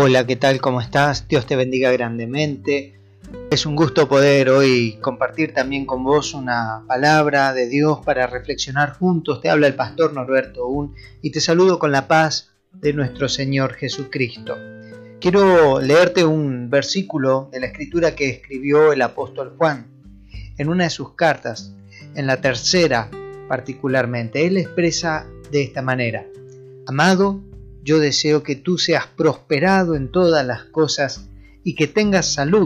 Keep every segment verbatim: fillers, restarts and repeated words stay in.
Hola, ¿qué tal? ¿Cómo estás? Dios te bendiga grandemente. Es un gusto poder hoy compartir también con vos una palabra de Dios para reflexionar juntos. Te habla el pastor Norberto Un y te saludo con la paz de nuestro Señor Jesucristo. Quiero leerte un versículo de la escritura que escribió el apóstol Juan en una de sus cartas, en la tercera particularmente. Él expresa de esta manera: Amado, yo deseo que tú seas prosperado en todas las cosas y que tengas salud,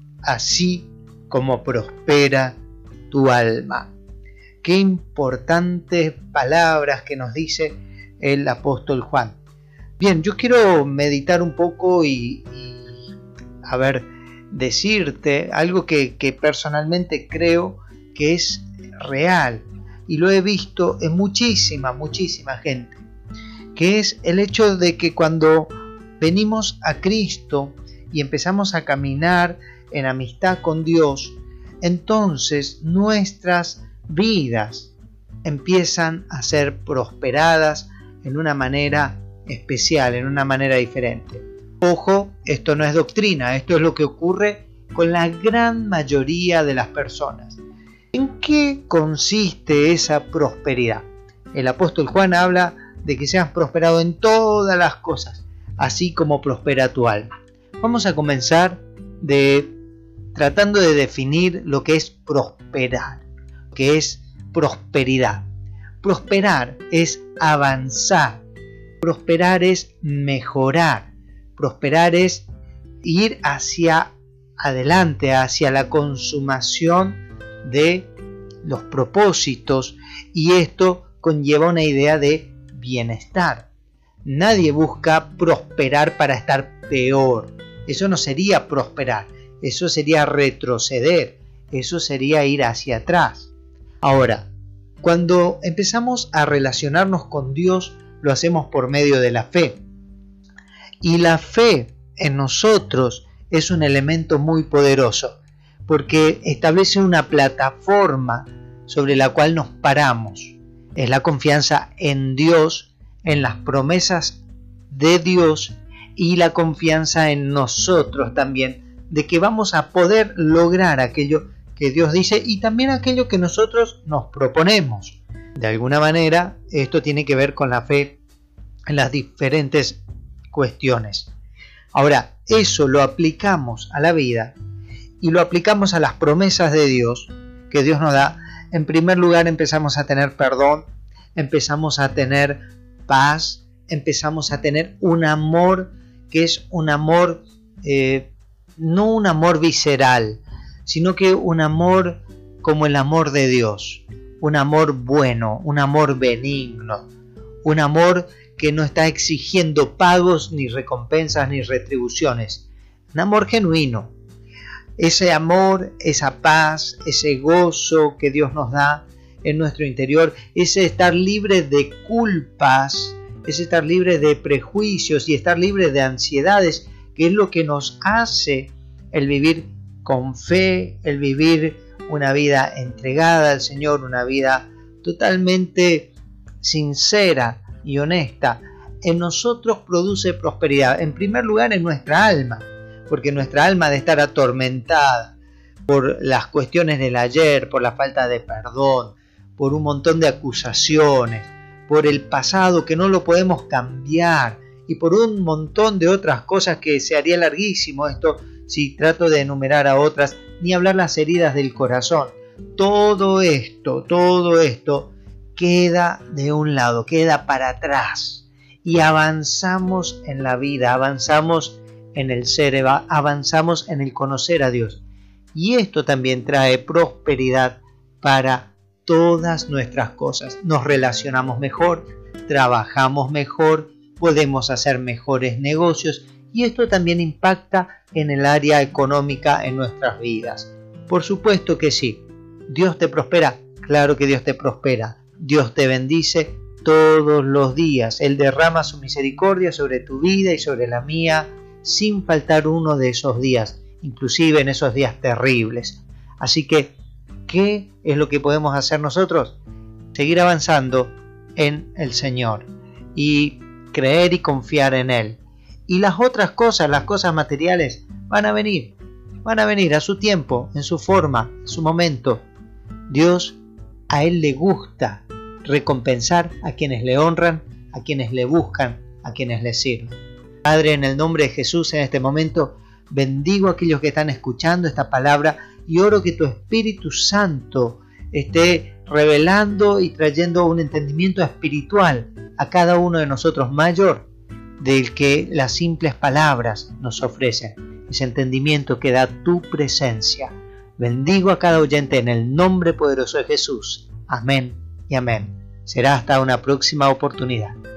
así como prospera tu alma. Qué importantes palabras que nos dice el apóstol Juan. Bien, yo quiero meditar un poco y, y a ver, decirte algo que, que personalmente creo que es real y lo he visto en muchísima, muchísima gente, que es el hecho de que cuando venimos a Cristo y empezamos a caminar en amistad con Dios, entonces nuestras vidas empiezan a ser prosperadas en una manera especial, en una manera diferente. Ojo, esto no es doctrina, esto es lo que ocurre con la gran mayoría de las personas. ¿En qué consiste esa prosperidad? El apóstol Juan habla de que seas prosperado en todas las cosas, así como prospera tu alma. Vamos a comenzar de tratando de definir lo que es prosperar, que es prosperidad. Prosperar es avanzar, prosperar es mejorar, prosperar es ir hacia adelante, hacia la consumación de los propósitos, y esto conlleva una idea de bienestar. Nadie busca prosperar para estar peor. Eso no sería prosperar, eso sería retroceder, eso sería ir hacia atrás. Ahora, cuando empezamos a relacionarnos con Dios, lo hacemos por medio de la fe. Y la fe en nosotros es un elemento muy poderoso, porque establece una plataforma sobre la cual nos paramos. Es la confianza en Dios, en las promesas de Dios y la confianza en nosotros también, de que vamos a poder lograr aquello que Dios dice y también aquello que nosotros nos proponemos. De alguna manera, esto tiene que ver con la fe en las diferentes cuestiones. Ahora, eso lo aplicamos a la vida y lo aplicamos a las promesas de Dios que Dios nos da. En primer lugar, empezamos a tener perdón, empezamos a tener paz, empezamos a tener un amor que es un amor, eh, no un amor visceral, sino que un amor como el amor de Dios, un amor bueno, un amor benigno, un amor que no está exigiendo pagos, ni recompensas, ni retribuciones, un amor genuino. Ese amor, esa paz, ese gozo que Dios nos da en nuestro interior, ese estar libre de culpas, ese estar libre de prejuicios y estar libre de ansiedades, que es lo que nos hace el vivir con fe, el vivir una vida entregada al Señor, una vida totalmente sincera y honesta. En nosotros produce prosperidad, en primer lugar en nuestra alma, porque nuestra alma, de estar atormentada por las cuestiones del ayer, por la falta de perdón, por un montón de acusaciones, por el pasado que no lo podemos cambiar y por un montón de otras cosas que se haría larguísimo esto si trato de enumerar a otras, ni hablar las heridas del corazón. Todo esto, todo esto queda de un lado, queda para atrás y avanzamos en la vida, avanzamos en el ser, avanzamos en el conocer a Dios. Y esto también trae prosperidad para todas nuestras cosas. Nos relacionamos mejor, trabajamos mejor, podemos hacer mejores negocios y esto también impacta en el área económica en nuestras vidas. Por supuesto que sí. ¿Dios te prospera? Claro que Dios te prospera. Dios te bendice todos los días. Él derrama su misericordia sobre tu vida y sobre la mía, sin faltar uno de esos días, inclusive en esos días terribles. Así que, ¿qué es lo que podemos hacer nosotros? Seguir avanzando en el Señor y creer y confiar en Él. Y las otras cosas, las cosas materiales, van a venir. Van a venir a su tiempo, en su forma, en su momento. Dios, a Él le gusta recompensar a quienes le honran, a quienes le buscan, a quienes le sirven. Padre, en el nombre de Jesús, en este momento, bendigo a aquellos que están escuchando esta palabra y oro que tu Espíritu Santo esté revelando y trayendo un entendimiento espiritual a cada uno de nosotros mayor del que las simples palabras nos ofrecen. Ese entendimiento que da tu presencia. Bendigo a cada oyente en el nombre poderoso de Jesús. Amén y amén. Será hasta una próxima oportunidad.